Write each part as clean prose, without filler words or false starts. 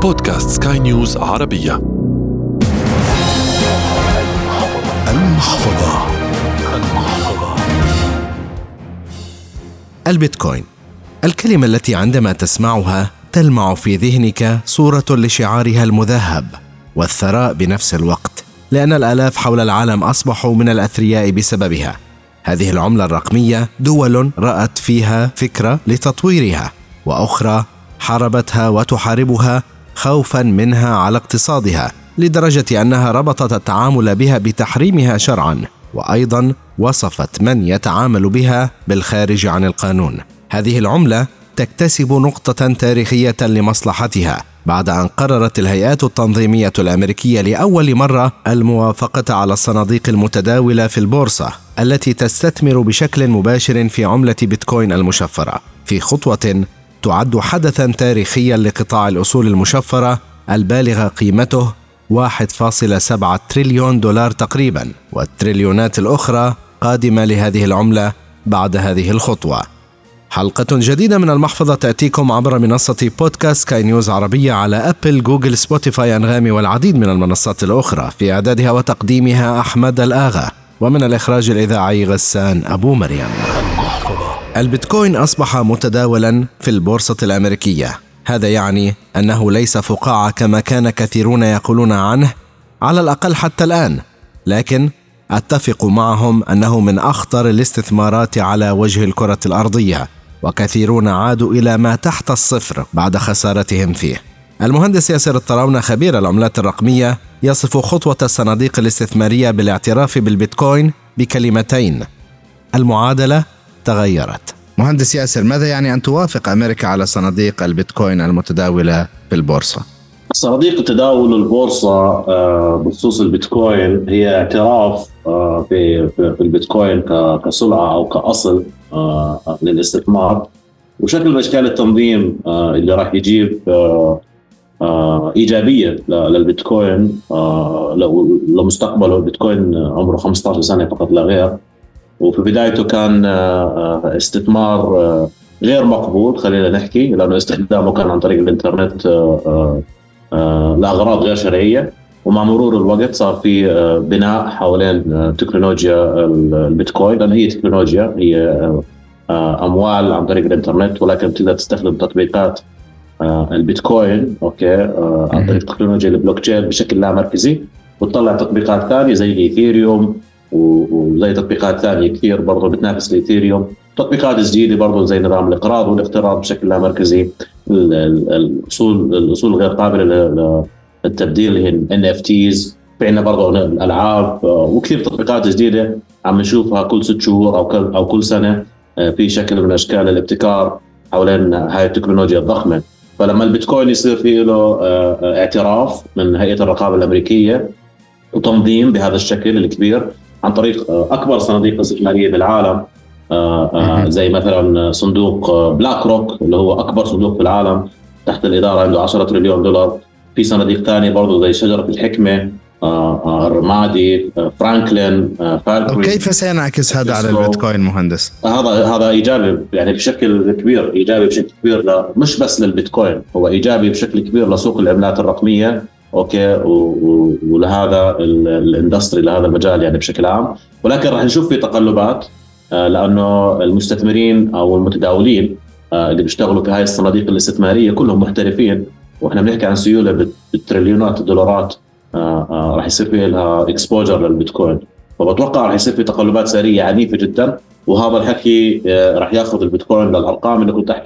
بودكاست سكاي نيوز عربية. المحفظة. البيتكوين، الكلمة التي عندما تسمعها تلمع في ذهنك صورة لشعارها المذهب والثراء بنفس الوقت، لأن الآلاف حول العالم أصبحوا من الأثرياء بسببها. هذه العملة الرقمية دول رأت فيها فكرة لتطويرها، وأخرى حاربتها وتحاربها خوفا منها على اقتصادها، لدرجة أنها ربطت التعامل بها بتحريمها شرعا، وأيضا وصفت من يتعامل بها بالخارج عن القانون. هذه العملة تكتسب نقطة تاريخية لمصلحتها بعد أن قررت الهيئات التنظيمية الأمريكية لأول مرة الموافقة على الصناديق المتداولة في البورصة التي تستثمر بشكل مباشر في عملة بيتكوين المشفرة، في خطوة تعد حدثا تاريخيا لقطاع الأصول المشفرة البالغ قيمته 1.7 تريليون دولار تقريبا، والتريليونات الأخرى قادمة لهذه العملة بعد هذه الخطوة. حلقة جديدة من المحفظة تأتيكم عبر منصة بودكاست سكاي نيوز عربية على أبل، جوجل، سبوتيفاي، أنغامي والعديد من المنصات الأخرى. في إعدادها وتقديمها أحمد الآغا، ومن الإخراج الإذاعي غسان أبو مريم. البيتكوين أصبح متداولا في البورصة الأمريكية. هذا يعني أنه ليس فقاعة كما كان كثيرون يقولون عنه، على الأقل حتى الآن، لكن أتفق معهم أنه من أخطر الاستثمارات على وجه الكرة الأرضية، وكثيرون عادوا إلى ما تحت الصفر بعد خسارتهم فيه. المهندس ياسر الطراونة خبير العملات الرقمية يصف خطوة الصناديق الاستثمارية بالاعتراف بالبيتكوين بكلمتين: المعادلة تغيرت. مهندس ياسر، ماذا يعني أن توافق أمريكا على صناديق البيتكوين المتداولة في البورصة؟ صناديق تداول البورصة بخصوص البيتكوين هي اعتراف في البيتكوين كسلعة أو كأصل للاستثمار، وشكل من أشكال التنظيم اللي راح يجيب إيجابية للبيتكوين لمستقبله. البيتكوين عمره 15 سنة فقط لا غير، وفي بدايته كان استثمار غير مقبول، خلينا نحكي، لأنه استخدامه كان عن طريق الإنترنت لأغراض غير شرعية. ومع مرور الوقت صار في بناء حوالين تكنولوجيا البيتكوين، لأن هي تكنولوجيا، هي أموال عن طريق الإنترنت، ولكن تقدر تستخدم تطبيقات البيتكوين عن طريق تكنولوجيا البلوك تشين بشكل لا مركزي، وتطلع تطبيقات ثانية زي الإيثيريوم وزي تطبيقات ثانية كثير برضو بتنافس الإيثيريوم، تطبيقات جديدة برضو زي نظام الإقراض والاقتراض بشكل لا مركزي، الأصول غير قابلة للتبديل اللي هي NFTs، في عنا برضو الألعاب وكثير تطبيقات جديدة عم نشوفها كل 6 شهور أو كل سنة في شكل من أشكال الابتكار حوالين هاي التكنولوجيا الضخمة. فلما البيتكوين يصير فيه له اعتراف من هيئة الرقابة الأمريكية وتنظيم بهذا الشكل الكبير عن طريق أكبر صناديق استثمارية بالعالم، زي مثلا صندوق بلاك روك اللي هو أكبر صندوق في العالم تحت الإدارة، عنده 10 تريليون دولار. في صناديق ثانية برضو زي شجرة الحكمة، الرمادي، فرانكلين، فالكري. كيف سينعكس هذا على البيتكوين مهندس؟ هذا إيجابي يعني بشكل كبير، إيجابي بشكل كبير مش بس للبيتكوين، هو إيجابي بشكل كبير لسوق العملات الرقمية، أوكي، ولهذا الاندستري، لهذا المجال يعني بشكل عام. ولكن راح نشوف في تقلبات، لأنه المستثمرين أو المتداولين اللي بيشتغلوا في هاي الصناديق الاستثمارية كلهم محترفين، وإحنا بنحكي عن سيولة بالتريليونات الدولارات راح يصير فيها لها اكسبوجر للبيتكوين. فبتوقع راح يصير في تقلبات سعرية عنيفة جدا، وهذا الحكي راح ياخذ البيتكوين للأرقام اللي كنت أحكي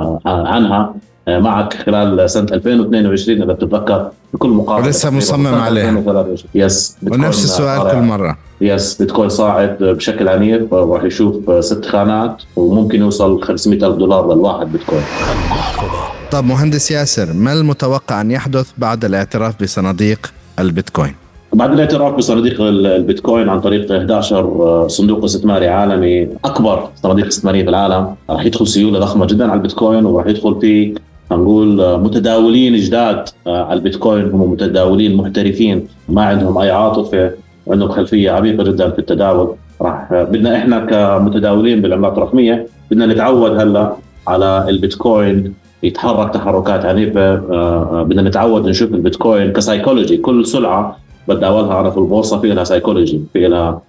عنها معك خلال سنة 2022 إذا بتتذكر، بكل مقارنة ولسه مصمم عليها. يس، ونفس السؤال كل مرة. يس، بيتكوين صاعد بشكل عنيف، وراح يشوف 6 خانات وممكن يوصل 500,000 دولار للواحد بيتكوين. طب مهندس ياسر، ما المتوقع أن يحدث بعد الاعتراف بصناديق البيتكوين؟ بعد الاعتراف بصناديق البيتكوين عن طريق 11 صندوق استثماري عالمي، أكبر صناديق استثمارية في العالم، راح يدخل سيولة ضخمة جدا على البيتكوين، وراح يدخل فيه نقول متداولين جداد على البيتكوين، هم متداولين محترفين ما عندهم أي عاطفة وعندهم خلفية عميقة جدا في التداول. بدنا إحنا كمتداولين بالعملات الرقمية بدنا نتعود هلا على البيتكوين يتحرك تحركات عنيفة. بدنا نتعود نشوف البيتكوين كسايكولوجي. كل سلعة بتداولها أنا في البورصة في لها سايكولوجي، في لها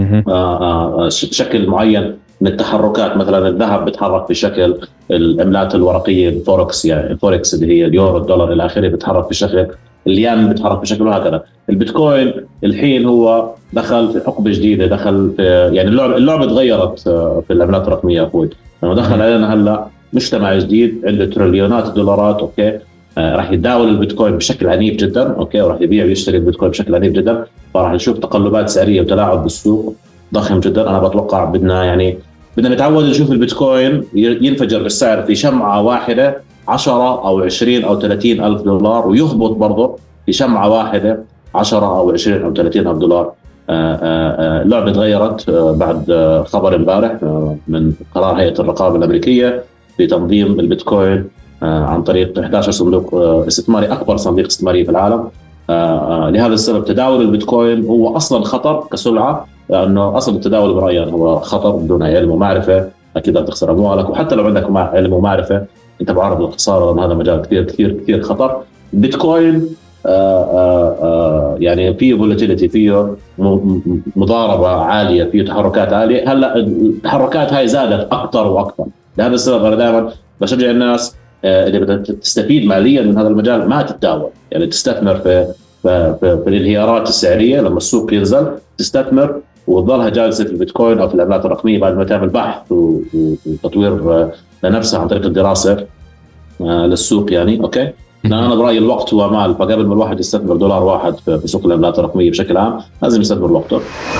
شكل معين من التحركات. مثلا الذهب بتحرك بشكل، العملات الورقية الفوركس، يعني الفوركس اللي هي اليورو الدولار إلى آخره بتحرك بشكل، اليان بتحرك بشكل، وهكذا. البيتكوين الحين هو دخل في حقبة جديدة، دخل في يعني اللعبة تغيرت في العملات الرقمية أخوي. لما دخل علينا هلا مجتمع جديد عنده تريليونات الدولارات، اوكي، راح يتداول البيتكوين بشكل عنيف جدا، اوكي، وراح يبيع ويشتري البيتكوين بشكل عنيف جدا. فراح نشوف تقلبات سعريه وتلاعب بالسوق ضخم جدا. انا بتوقع بدنا نتعود نشوف البيتكوين ينفجر بالسعر في شمعه واحده 10 او 20 او 30 الف دولار، ويهبط برضه في شمعه واحده 10 او 20 او 30 الف دولار. اللعبه تغيرت بعد خبر امبارح من قرار هيئه الرقابه الامريكيه بتنظيم البيتكوين عن طريق 11 صندوق استثماري، أكبر صندوق استثماري في العالم. لهذا السبب تداول البيتكوين هو أصلا خطر كسلعة، لأنه أصلا التداول برأيي هو خطر بدون علم ومعرفة، أكيد بتخسر أموالك. وحتى لو عندك علم ومعرفة أنت بعرض للخسارة، لأن هذا مجال كثير كثير كثير خطر. البيتكوين يعني فيه فولاتيليتي، فيه مضاربة عالية، فيه تحركات عالية. هلا التحركات هاي زادت أكثر وأكثر. لهذا السبب أنا دائما بشجع الناس اللي بدها تستفيد ماليا من هذا المجال ما تتداول، يعني تستثمر في الانهيارات السعريه. لما السوق ينزل تستثمر وتظلها جالسه في البيتكوين او في العملات الرقميه بعد ما تعمل بحث وتطوير لنفسها عن طريق الدراسه للسوق، يعني اوكي. انا برايي الوقت هو مال، فقبل ما الواحد يستثمر دولار واحد في سوق العملات الرقميه بشكل عام لازم يستثمر وقته.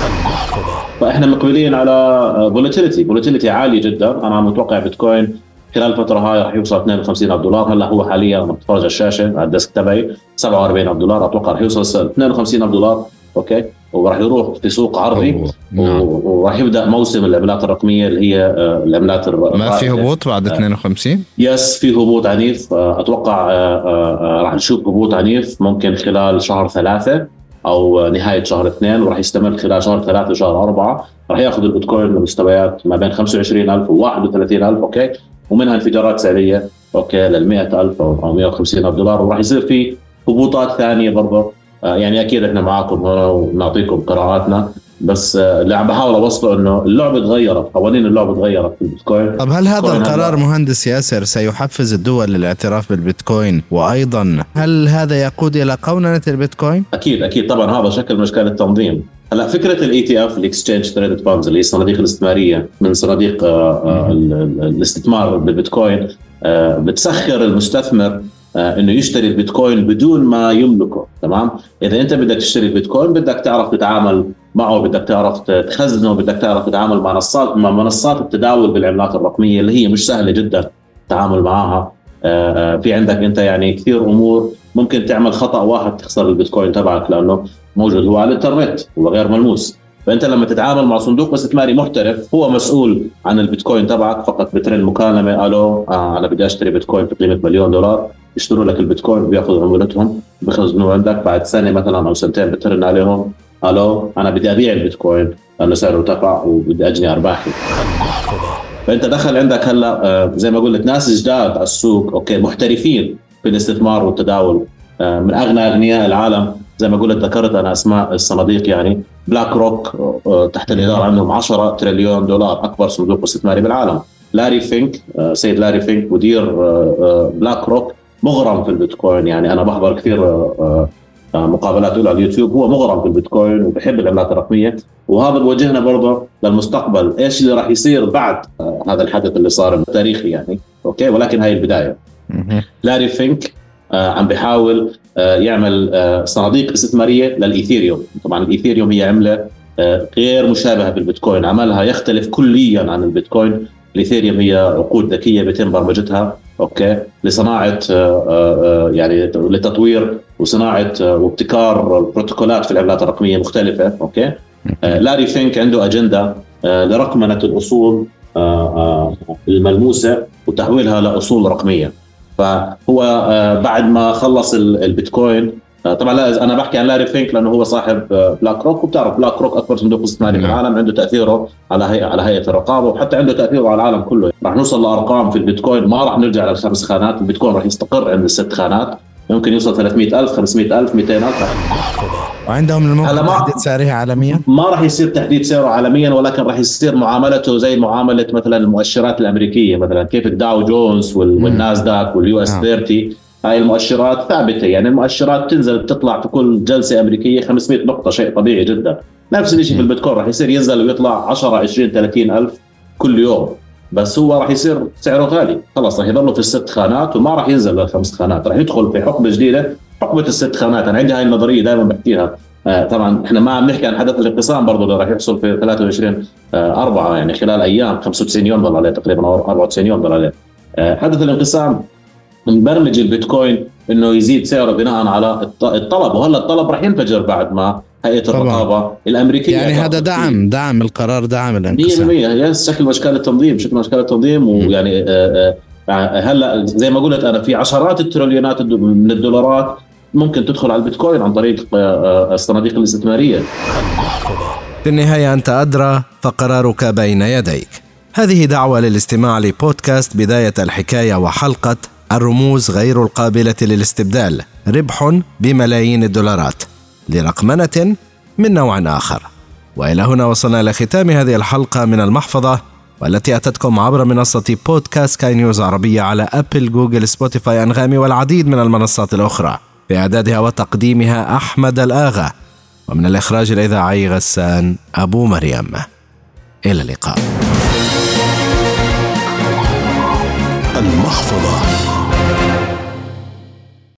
فاحنا مقبلين على فولاتيليتي عاليه جدا. انا متوقع بيتكوين خلال الفترة هاي راح يوصل 52 ألف دولار. هلا هو حاليا لما بتفرج على الشاشة على الديسك تبعي 47 ألف دولار. أتوقع راح يوصل 52 ألف دولار، أوكي، وراح يروح في سوق عرضي وراح يبدأ موسم العملات الرقمية اللي هي العملات ما في هبوط بعد 52؟ يس في هبوط عنيف. أتوقع راح نشوف هبوط عنيف ممكن خلال شهر 3 أو نهاية شهر 2، وراح يستمر خلال شهر 3 وشهر 4. راح ياخذ البيتكوين لمستويات ما بين 25,000 و 31,000، أوكي، ومنها انفجارات سعرية اوكي لل100,000 او 150,000 دولار. وراح يصير في هبوطات ثانية برضه. يعني اكيد احنا معاكم هنا ونعطيكم قراءاتنا، بس اللي عم بحاول اوصله انه اللعبة تغيرت، قوانين اللعبة تغيرت في البيتكوين. طب هل هذا القرار مهندس ياسر سيحفز الدول للاعتراف بالبيتكوين؟ وايضا هل هذا يقود الى قوننة البيتكوين؟ اكيد طبعا هذا شكل من اشكال التنظيم. هلا فكره الاي تي اف الاكسشينج تريدد فاندز اللي هي الصناديق الاستثماريه من صناديق الاستثمار بالبيتكوين بتسخر المستثمر انه يشتري البيتكوين بدون ما يملكه. تمام، اذا انت بدك تشتري البيتكوين بدك تعرف تتعامل معه، بدك تعرف تخزنه، بدك تعرف تتعامل مع منصات التداول بالعملات الرقميه اللي هي مش سهله جدا التعامل معها. في عندك انت يعني كثير امور ممكن تعمل خطأ واحد تخسر البيتكوين تبعك، لانه موجود هو على الانترنت وغير ملموس. فانت لما تتعامل مع صندوق استثماري محترف هو مسؤول عن البيتكوين تبعك، فقط بترن مكالمه الو انا بدي اشتري بيتكوين في قيمه $1,000,000، يشتروا لك البيتكوين وبياخذوا عمولتهم بخزنوه عندك. بعد سنه مثلا او سنتين بترن عليهم الو انا بدي ابيع البيتكوين لانه سعره ارتفع وبدي اجني ارباحي. فانت دخل عندك هلا زي ما قلت ناس جداد على السوق، اوكي، محترفين في الاستثمار والتداول، من اغنى اغنياء العالم. زي ما قلت ذكرت انا اسماء الصناديق، يعني بلاك روك تحت الاداره عندهم 10 تريليون دولار، اكبر صندوق استثماري بالعالم. لاري فينك، سيد لاري فينك مدير بلاك روك مغرم في البيتكوين. يعني انا بحضر كثير مقابلات له على اليوتيوب، هو مغرم في البيتكوين وبحب العملات الرقميه. وهذا بوجهنا برضه للمستقبل، ايش اللي راح يصير بعد هذا الحدث اللي صار التاريخي، يعني اوكي، ولكن هاي البدايه. لاري فينك عم بيحاول يعمل صناديق استثماريه للايثيريوم. طبعا الايثيريوم هي عمله غير مشابهه بالبيتكوين، عملها يختلف كليا عن البيتكوين. الايثيريوم هي عقود ذكيه بيتم برمجتها اوكي لصناعه يعني لتطوير وصناعه وابتكار بروتوكولات في العملات الرقميه مختلفه، اوكي. لاري فينك عنده اجنده لرقمنه الاصول الملموسه وتحويلها لاصول رقميه. فهو بعد ما خلص البيتكوين طبعا لا، انا بحكي عن لاري فينك لانه هو صاحب بلاك روك، وبتعرف بلاك روك اكبر صندوق استثماري في العالم، عنده تاثيره على هيئه الرقابه، وحتى عنده تاثيره على العالم كله. راح نوصل لارقام في البيتكوين، ما راح نرجع ل5 خانات، البيتكوين راح يستقر عند ال6 خانات، ممكن يوصل 300,000 500,000 200,000. وعندهم الممكن تحديد سعره عالميا؟ ما راح يصير تحديد سعره عالميا، ولكن راح يصير معاملته زي معامله مثلا المؤشرات الامريكيه، مثلا كيف الداو جونز والناسداك واليو اس 30. هاي المؤشرات ثابته، يعني المؤشرات تنزل تطلع في كل جلسه امريكيه 500 نقطه، شيء طبيعي جدا. نفس الشيء في البيتكوين، راح يصير ينزل ويطلع 10 20 30 الف كل يوم، بس هو راح يصير سعره غالي، خلاص راح يضله في ال6 خانات وما راح ينزل ل5 خانات، راح يدخل في حقبه جديده، حقبه ال6 خانات. انا عندي هاي النظريه دائما بحكيها. طبعا احنا ما عم نحكي عن حدث الانقسام برضه اللي راح يحصل في 23/4، يعني خلال ايام، 95 يوم ضل عليه تقريبا، او 94 يوم ضل عليه. حدث الانقسام مبرمج البيتكوين انه يزيد سعره بناء على الطلب، وهلا الطلب راح ينفجر بعد ما هيئه الرقابه الامريكيه، يعني هذا دعم القرار، دعم الانقسام 100%. شكل من اشكال التنظيم، ويعني هلا زي ما قلت انا، في عشرات التريليونات من الدولارات ممكن تدخل على البيتكوين عن طريق الصناديق الاستثماريه. في النهايه انت ادرى، فقرارك بين يديك. هذه دعوه للاستماع لبودكاست بدايه الحكايه وحلقه الرموز غير القابلة للاستبدال، ربح بملايين الدولارات لرقمنة من نوع آخر. وإلى هنا وصلنا إلى ختام هذه الحلقة من المحفظة، والتي أتتكم عبر منصة بودكاست سكاي نيوز عربية على أبل، جوجل، سبوتيفاي، أنغامي والعديد من المنصات الأخرى. في إعدادها وتقديمها أحمد الآغا، ومن الإخراج الإذاعي غسان أبو مريم. إلى اللقاء. المحفظة.